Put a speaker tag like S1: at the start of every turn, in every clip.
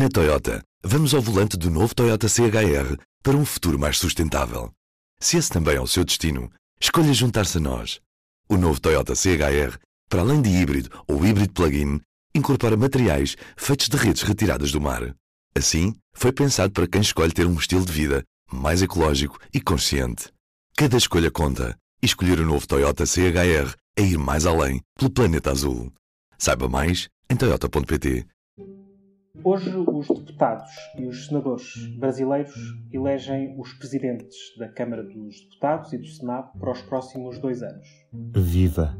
S1: Na Toyota, vamos ao volante do novo Toyota CHR para um futuro mais sustentável. Se esse também é o seu destino, escolha juntar-se a nós. O novo Toyota CHR, para além de híbrido ou híbrido plug-in, incorpora materiais feitos de redes retiradas do mar. Assim, foi pensado para quem escolhe ter um estilo de vida mais ecológico e consciente. Cada escolha conta, e escolher o novo Toyota CHR é ir mais além pelo planeta azul. Saiba mais em toyota.pt.
S2: Hoje, os deputados e os senadores brasileiros elegem os presidentes da Câmara dos Deputados e do Senado para os próximos 2 anos.
S3: Viva!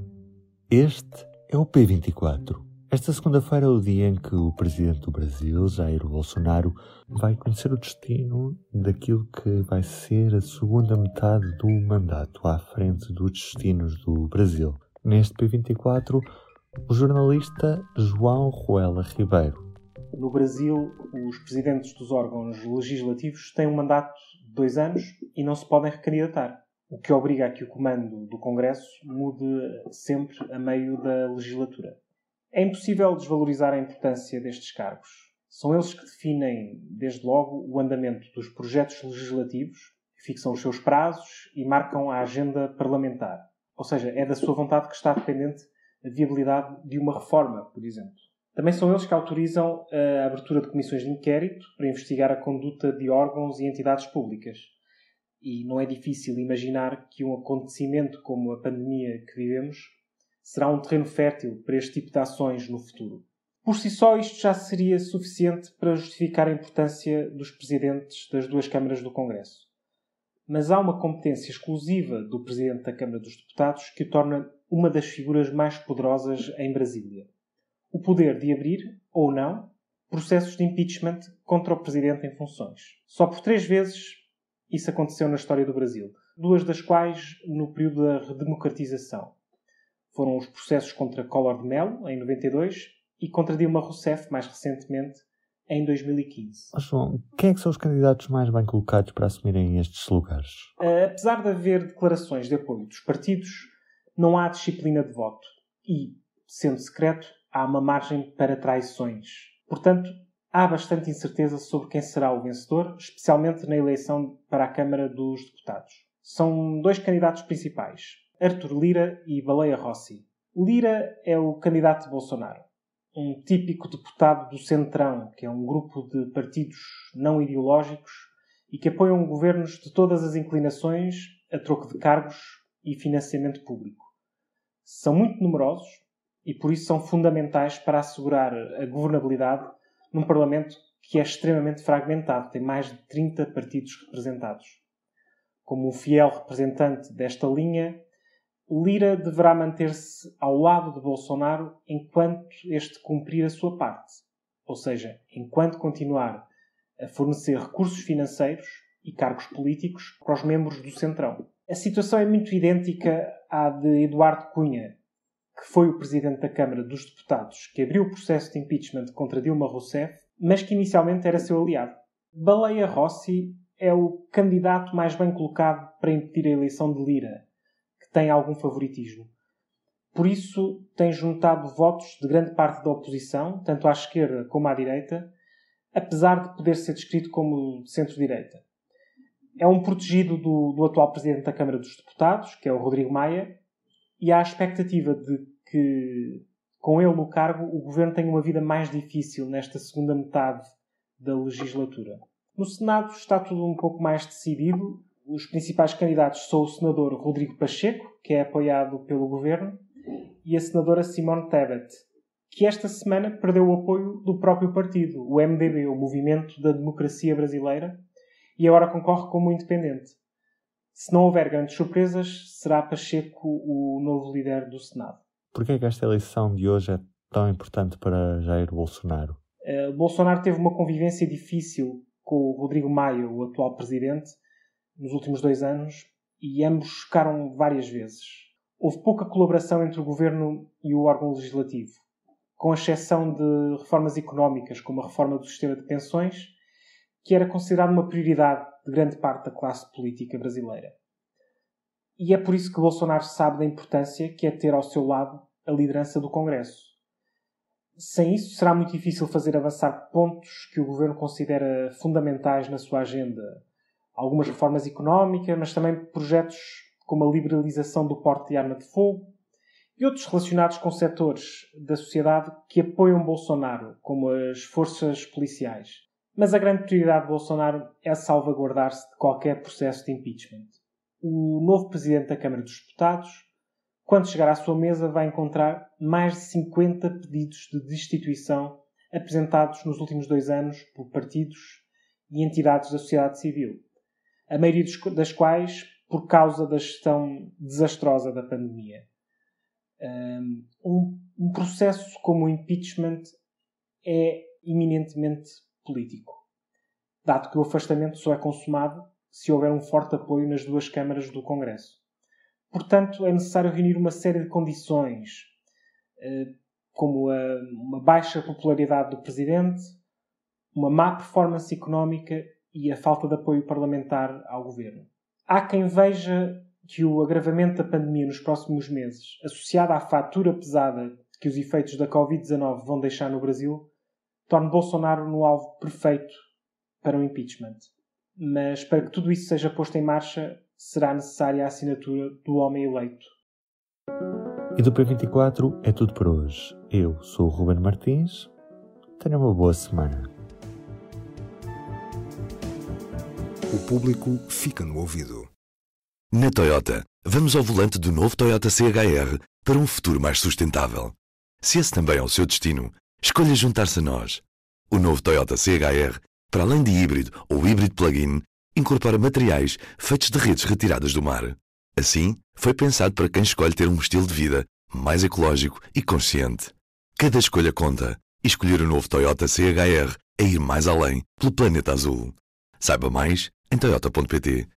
S3: Este é o P24. Esta segunda-feira é o dia em que o presidente do Brasil, Jair Bolsonaro, vai conhecer o destino daquilo que vai ser a segunda metade do mandato à frente dos destinos do Brasil. Neste P24, o jornalista João Ruela Ribeiro.
S2: No Brasil, os presidentes dos órgãos legislativos têm um mandato de 2 anos e não se podem recandidatar, o que obriga a que o comando do Congresso mude sempre a meio da legislatura. É impossível desvalorizar a importância destes cargos. São eles que definem, desde logo, o andamento dos projetos legislativos, fixam os seus prazos e marcam a agenda parlamentar. Ou seja, é da sua vontade que está dependente a viabilidade de uma reforma, por exemplo. Também são eles que autorizam a abertura de comissões de inquérito para investigar a conduta de órgãos e entidades públicas. E não é difícil imaginar que um acontecimento como a pandemia que vivemos será um terreno fértil para este tipo de ações no futuro. Por si só, isto já seria suficiente para justificar a importância dos presidentes das 2 câmaras do Congresso. Mas há uma competência exclusiva do presidente da Câmara dos Deputados que o torna uma das figuras mais poderosas em Brasília. O poder de abrir, ou não, processos de impeachment contra o presidente em funções. Só por 3 vezes isso aconteceu na história do Brasil, 2 das quais no período da redemocratização. Foram os processos contra Collor de Mello, em 92, e contra Dilma Rousseff, mais recentemente, em 2015.
S3: João, quem é que são os candidatos mais bem colocados para assumirem estes lugares?
S2: Apesar de haver declarações de apoio dos partidos, não há disciplina de voto. E, sendo secreto, há uma margem para traições. Portanto, há bastante incerteza sobre quem será o vencedor, especialmente na eleição para a Câmara dos Deputados. São 2 candidatos principais, Arthur Lira e Baleia Rossi. Lira é o candidato de Bolsonaro, um típico deputado do Centrão, que é um grupo de partidos não ideológicos e que apoiam governos de todas as inclinações a troco de cargos e financiamento público. São muito numerosos e por isso são fundamentais para assegurar a governabilidade num Parlamento que é extremamente fragmentado, tem mais de 30 partidos representados. Como um fiel representante desta linha, Lira deverá manter-se ao lado de Bolsonaro enquanto este cumprir a sua parte, ou seja, enquanto continuar a fornecer recursos financeiros e cargos políticos para os membros do Centrão. A situação é muito idêntica à de Eduardo Cunha, que foi o presidente da Câmara dos Deputados, que abriu o processo de impeachment contra Dilma Rousseff, mas que inicialmente era seu aliado. Baleia Rossi é o candidato mais bem colocado para impedir a eleição de Lira, que tem algum favoritismo. Por isso, tem juntado votos de grande parte da oposição, tanto à esquerda como à direita, apesar de poder ser descrito como centro-direita. É um protegido do atual presidente da Câmara dos Deputados, que é o Rodrigo Maia, e há a expectativa de que, com ele no cargo, o governo tenha uma vida mais difícil nesta segunda metade da legislatura. No Senado está tudo um pouco mais decidido. Os principais candidatos são o senador Rodrigo Pacheco, que é apoiado pelo governo, e a senadora Simone Tebet, que esta semana perdeu o apoio do próprio partido, o MDB, o Movimento da Democracia Brasileira, e agora concorre como independente. Se não houver grandes surpresas, será Pacheco o novo líder do Senado.
S3: Porquê é que esta eleição de hoje é tão importante para Jair Bolsonaro?
S2: Bolsonaro teve uma convivência difícil com o Rodrigo Maia, o atual presidente, nos últimos 2 anos, e ambos chocaram várias vezes. Houve pouca colaboração entre o governo e o órgão legislativo, com exceção de reformas económicas, como a reforma do sistema de pensões, que era considerada uma prioridade de grande parte da classe política brasileira. E é por isso que Bolsonaro sabe da importância que é ter ao seu lado a liderança do Congresso. Sem isso, será muito difícil fazer avançar pontos que o Governo considera fundamentais na sua agenda. Algumas reformas económicas, mas também projetos como a liberalização do porte de arma de fogo e outros relacionados com setores da sociedade que apoiam Bolsonaro, como as forças policiais. Mas a grande prioridade de Bolsonaro é salvaguardar-se de qualquer processo de impeachment. O novo Presidente da Câmara dos Deputados, quando chegar à sua mesa, vai encontrar mais de 50 pedidos de destituição apresentados nos últimos 2 anos por partidos e entidades da sociedade civil. A maioria das quais por causa da gestão desastrosa da pandemia. Um processo como o impeachment é eminentemente político, dado que o afastamento só é consumado se houver um forte apoio nas 2 câmaras do Congresso. Portanto, é necessário reunir uma série de condições, como uma baixa popularidade do Presidente, uma má performance económica e a falta de apoio parlamentar ao Governo. Há quem veja que o agravamento da pandemia nos próximos meses, associado à fatura pesada que os efeitos da Covid-19 vão deixar no Brasil, torne Bolsonaro no alvo perfeito para o impeachment. Mas para que tudo isso seja posto em marcha, será necessária a assinatura do homem eleito.
S3: E do P24 é tudo por hoje. Eu sou o Ruben Martins. Tenha uma boa semana.
S4: O público fica no ouvido.
S1: Na Toyota, vamos ao volante do novo Toyota CHR para um futuro mais sustentável. Se esse também é o seu destino, escolha juntar-se a nós. O novo Toyota CHR, para além de híbrido ou híbrido plug-in, incorpora materiais feitos de redes retiradas do mar. Assim, foi pensado para quem escolhe ter um estilo de vida mais ecológico e consciente. Cada escolha conta, e escolher o novo Toyota CHR é ir mais além pelo planeta azul. Saiba mais em toyota.pt.